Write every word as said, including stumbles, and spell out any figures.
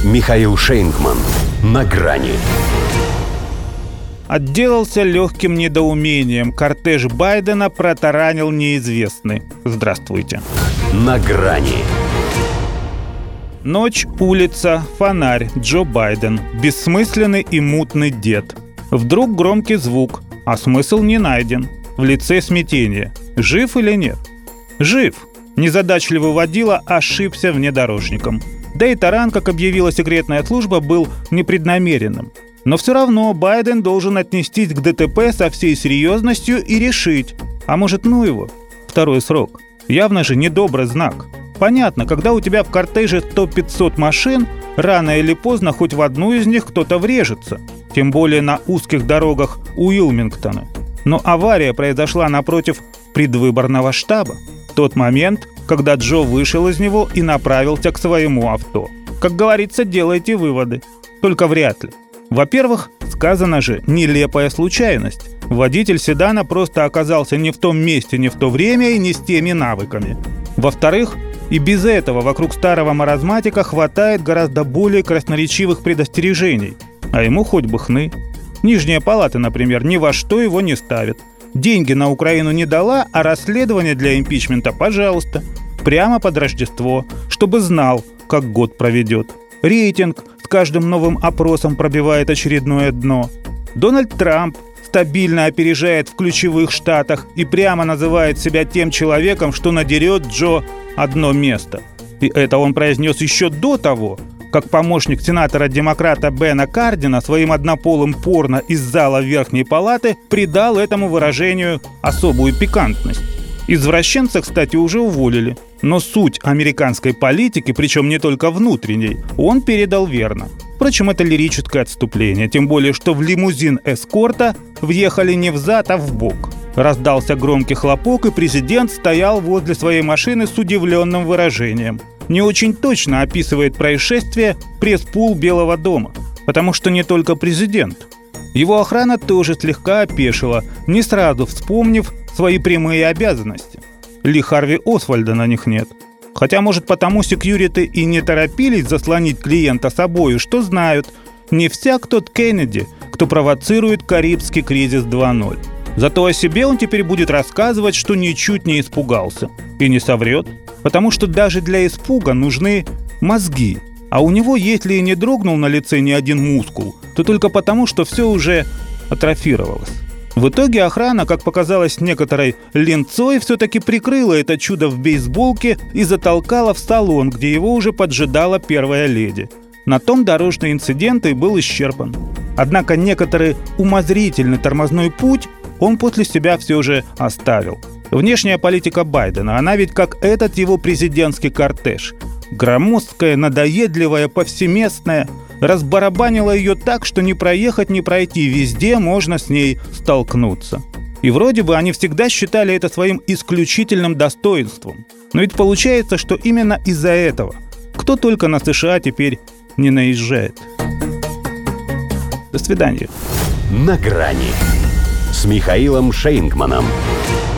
Михаил Шейнгман. На грани. Отделался легким недоумением. Кортеж Байдена протаранил неизвестный. Здравствуйте. На грани. Ночь, улица, фонарь, Джо Байден. Бессмысленный и мутный дед. Вдруг громкий звук, а смысл не найден. В лице смятение. Жив или нет? Жив. Незадачливый водила ошибся внедорожником. Да и таран, как объявила секретная служба, был непреднамеренным. Но все равно Байден должен отнестись к ДТП со всей серьезностью и решить. А может, ну его? Второй срок. Явно же недобрый знак. Понятно, когда у тебя в кортеже сто-пятьсот машин, рано или поздно хоть в одну из них кто-то врежется. Тем более на узких дорогах Уилмингтона. Но авария произошла напротив предвыборного штаба. Тот момент, когда Джо вышел из него и направился к своему авто. Как говорится, делайте выводы. Только вряд ли. Во-первых, сказано же, нелепая случайность. Водитель седана просто оказался не в том месте, не в то время и не с теми навыками. Во-вторых, и без этого вокруг старого маразматика хватает гораздо более красноречивых предостережений. А ему хоть бы хны. Нижняя палата, например, ни во что его не ставит. Деньги на Украину не дала, а расследование для импичмента, пожалуйста. Прямо под Рождество, чтобы знал, как год проведет. Рейтинг с каждым новым опросом пробивает очередное дно. Дональд Трамп стабильно опережает в ключевых штатах и прямо называет себя тем человеком, что надерет Джо одно место. И это он произнес еще до того, как помощник сенатора-демократа Бена Кардина своим однополым порно из зала Верхней палаты придал этому выражению особую пикантность. Извращенца, кстати, уже уволили, но суть американской политики, причем не только внутренней, он передал верно. Впрочем, это лирическое отступление, тем более, что в лимузин эскорта въехали не взад, а вбок. Раздался громкий хлопок, и президент стоял возле своей машины с удивленным выражением. Не очень точно описывает происшествие пресс-пул Белого дома, потому что не только президент. Его охрана тоже слегка опешила, не сразу вспомнив свои прямые обязанности. Ли Харви Освальда на них нет. Хотя, может, потому секьюриты и не торопились заслонить клиента собою, что знают, не всяк тот Кеннеди, кто провоцирует Карибский кризис два ноль. Зато о себе он теперь будет рассказывать, что ничуть не испугался. И не соврет, потому что даже для испуга нужны мозги. А у него, если и не дрогнул на лице ни один мускул, то только потому, что все уже атрофировалось. В итоге охрана, как показалось некоторой ленцой, все-таки прикрыла это чудо в бейсболке и затолкала в салон, где его уже поджидала первая леди. На том дорожный инцидент и был исчерпан. Однако некоторый умозрительный тормозной путь он после себя все же оставил. Внешняя политика Байдена, она ведь как этот его президентский кортеж. Громоздкая, надоедливая, повсеместная. Разбарабанила ее так, что не проехать, не пройти. Везде можно с ней столкнуться. И вроде бы они всегда считали это своим исключительным достоинством. Но ведь получается, что именно из-за этого кто только на США теперь не наезжает. До свидания. На грани с Михаилом Шейнгманом.